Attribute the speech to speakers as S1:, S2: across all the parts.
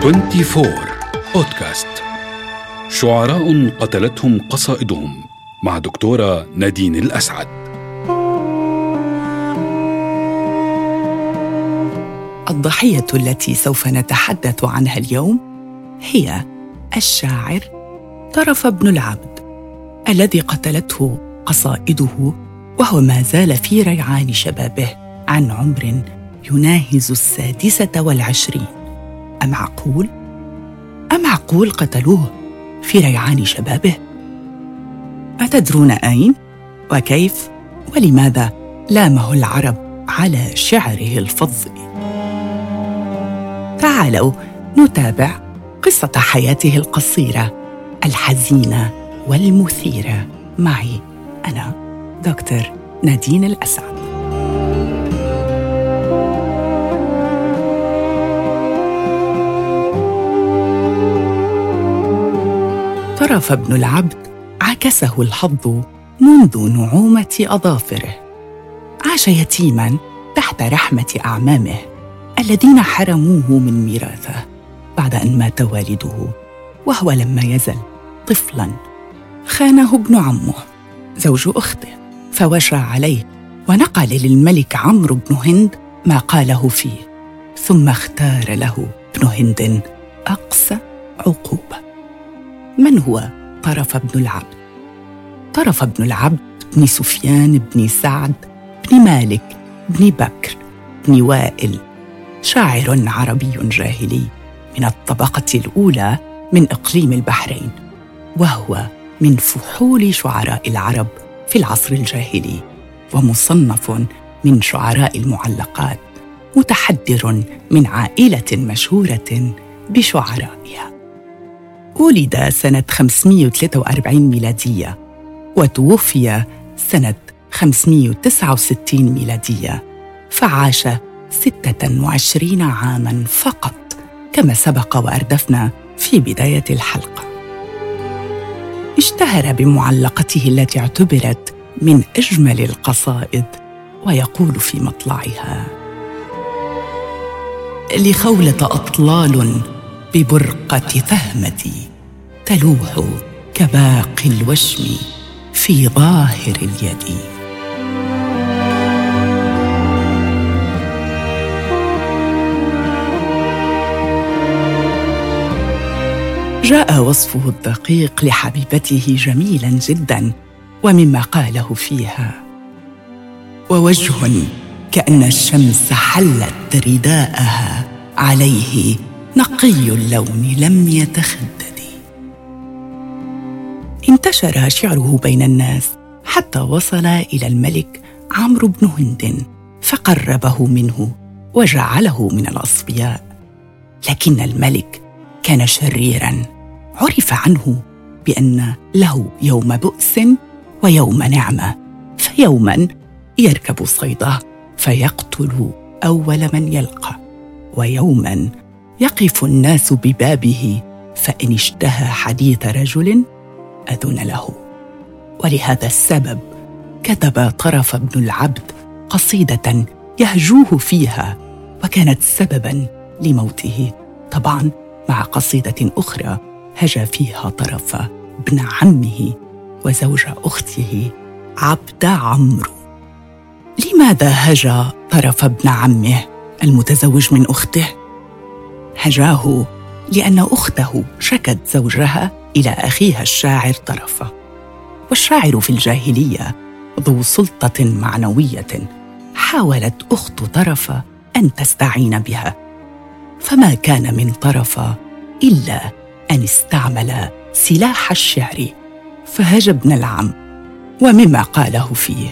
S1: 24 بودكاست. شعراء قتلتهم قصائدهم مع دكتورة نادين الأسعد.
S2: الضحية التي سوف نتحدث عنها اليوم هي الشاعر طرف بن العبد الذي قتلته قصائده وهو ما زال في ريعان شبابه عن عمر يناهز 26. أمعقول قتلوه في ريعان شبابه؟ أتدرون أين وكيف ولماذا لامه العرب على شعره الفظ؟ تعالوا نتابع قصة حياته القصيرة الحزينة والمثيرة معي أنا دكتور نادين الأسعد. طرف بن العبد عكسه الحظ منذ نعومة أظافره. عاش يتيماً تحت رحمة أعمامه الذين حرموه من ميراثه بعد أن مات والده، وهو لما يزل طفلاً خانه ابن عمه زوج أخته فوشى عليه ونقل للملك عمرو بن هند ما قاله فيه، ثم اختار له ابن هند أقسى عقوبة. من هو طرف بن العبد؟ طرف بن العبد بن سفيان بن سعد بن مالك بن بكر بن وائل، شاعر عربي جاهلي من الطبقة الأولى من إقليم البحرين، وهو من فحول شعراء العرب في العصر الجاهلي، ومصنف من شعراء المعلقات، متحدر من عائلة مشهورة بشعرائها. ولد سنة 543 ميلادية وتوفي سنة 569 ميلادية، فعاش 26 عاماً فقط كما سبق وأردفنا في بداية الحلقة. اشتهر بمعلقته التي اعتبرت من أجمل القصائد، ويقول في مطلعها: لخولة أطلال ببرقة فهمتي تلوح كباقي الوشم في ظاهر اليد. جاء وصفه الدقيق لحبيبته جميلاً جداً، ومما قاله فيها: ووجه كأن الشمس حلت رداءها عليه نقي اللون لم يتخدد. انتشر شعره بين الناس حتى وصل إلى الملك عمرو بن هند، فقربه منه وجعله من الأصفياء. لكن الملك كان شريراً، عرف عنه بأن له يوم بؤس ويوم نعمة، فيوماً يركب صيده فيقتل أول من يلقى، ويوماً يقف الناس ببابه فإن اشتهى حديث رجل أذن له. ولهذا السبب كتب طرف بن العبد قصيدة يهجوه فيها، وكانت سبباً لموته، طبعاً مع قصيدة أخرى هجا فيها طرف ابن عمه وزوج أخته عبد عمرو. لماذا هجا طرف ابن عمه المتزوج من أخته؟ هجاه لأن أخته شكت زوجها إلى أخيها الشاعر طرفة، والشاعر في الجاهلية ذو سلطة معنوية، حاولت أخت طرفة أن تستعين بها، فما كان من طرفة إلا أن استعمل سلاح الشعر فهجا ابن العم، ومما قاله فيه: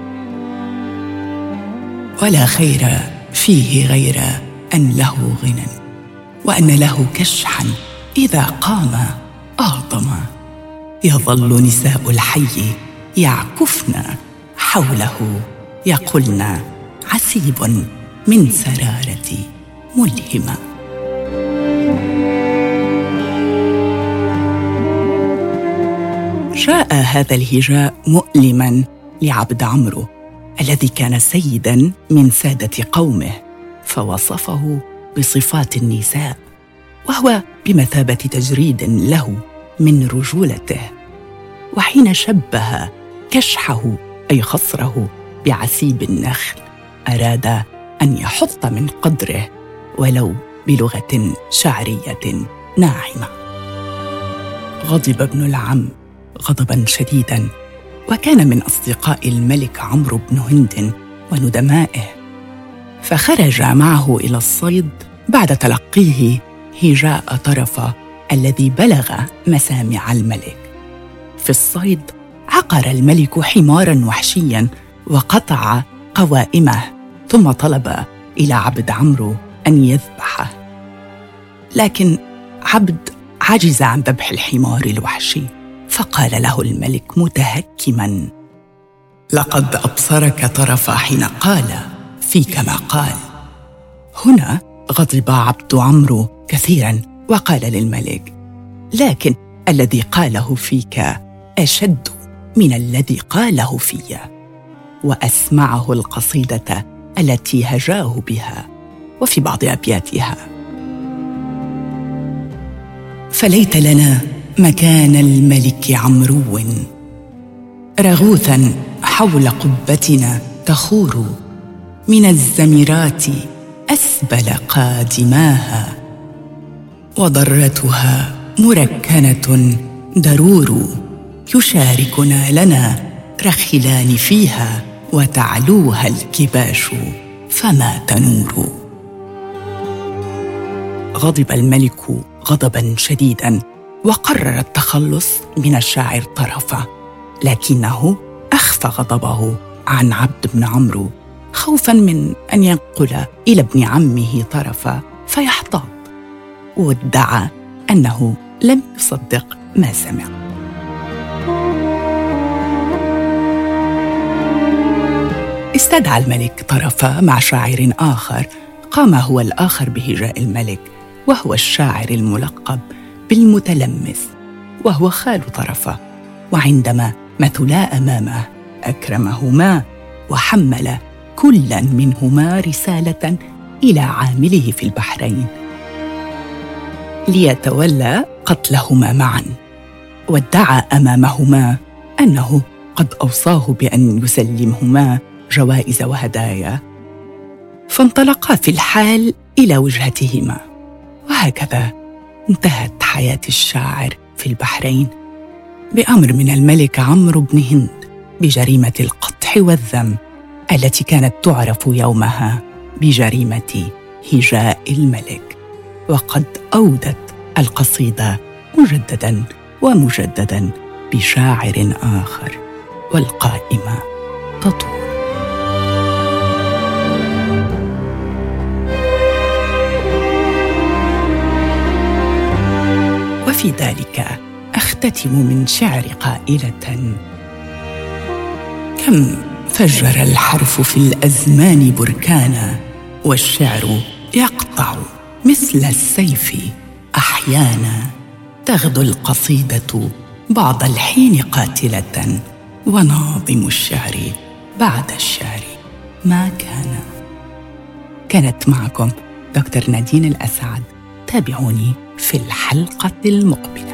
S2: ولا خير فيه غير أن له غنى، وأن له كشحا إذا قام أهضم، يظل نساء الحي يعكفن حوله يقولن عسيب من سرارة ملهمة. جاء هذا الهجاء مؤلماً لعبد عمرو الذي كان سيداً من سادة قومه، فوصفه بصفات النساء وهو بمثابة تجريد له من رجولته. وحين شبه كشحه أي خصره بعسيب النخل أراد أن يحط من قدره ولو بلغة شعرية ناعمة. غضب ابن العم غضباً شديداً، وكان من أصدقاء الملك عمرو بن هند وندمائه، فخرج معه إلى الصيد بعد تلقيه هجاء طرفة الذي بلغ مسامع الملك. في الصيد عقر الملك حماراً وحشياً وقطع قوائمه، ثم طلب إلى عبد عمرو أن يذبحه، لكن عبد عجز عن ذبح الحمار الوحشي، فقال له الملك متهكماً: لقد أبصرك طرفة حين قال فيك ما قال. هنا غضب عبد عمرو كثيراً وقال للملك: لكن الذي قاله فيك أشد من الذي قاله في. وأسمعه القصيدة التي هجاه بها، وفي بعض أبياتها: فليت لنا مكان الملك عمرو، رغوثا حول قبتنا تخور، من الزمرات أسبل قادماها، وضرتها مركنة درور، يشاركنا لنا رخلان فيها، وتعلوها الكباش فما تنور. غضب الملك غضباً شديداً وقرر التخلص من الشاعر طرفة، لكنه أخفى غضبه عن عبد بن عمرو خوفاً من أن ينقل إلى ابن عمه طرفة فيحتاط، وادعى أنه لم يصدق ما سمع. استدعى الملك طرفة مع شاعر آخر، قام هو الآخر بهجاء الملك، وهو الشاعر الملقب بالمتلمس، وهو خال طرفة. وعندما مثلا أمامه أكرمهما، وحمل كل منهما رسالة إلى عامله في البحرين ليتولى قتلهما معا، وادعى أمامهما أنه قد أوصاه بأن يسلمهما جوائز وهدايا، فانطلقا في الحال إلى وجهتهما. وهكذا انتهت حياة الشاعر في البحرين بأمر من الملك عمرو بن هند بجريمة القطح والذم التي كانت تعرف يومها بجريمة هجاء الملك. وقد أودت القصيدة مجدداً ومجدداً بشاعر آخر، والقائمة تطول. وفي ذلك أختتم من شعر قائلة: كم فجر الحرف في الأزمان بركانا، والشعر يقطع مثل السيف أحيانا، تغدو القصيدة بعض الحين قاتلة، وناظم الشعر بعد الشعر ما كان. كانت معكم دكتور نادين الأسعد. تابعوني في الحلقة المقبلة.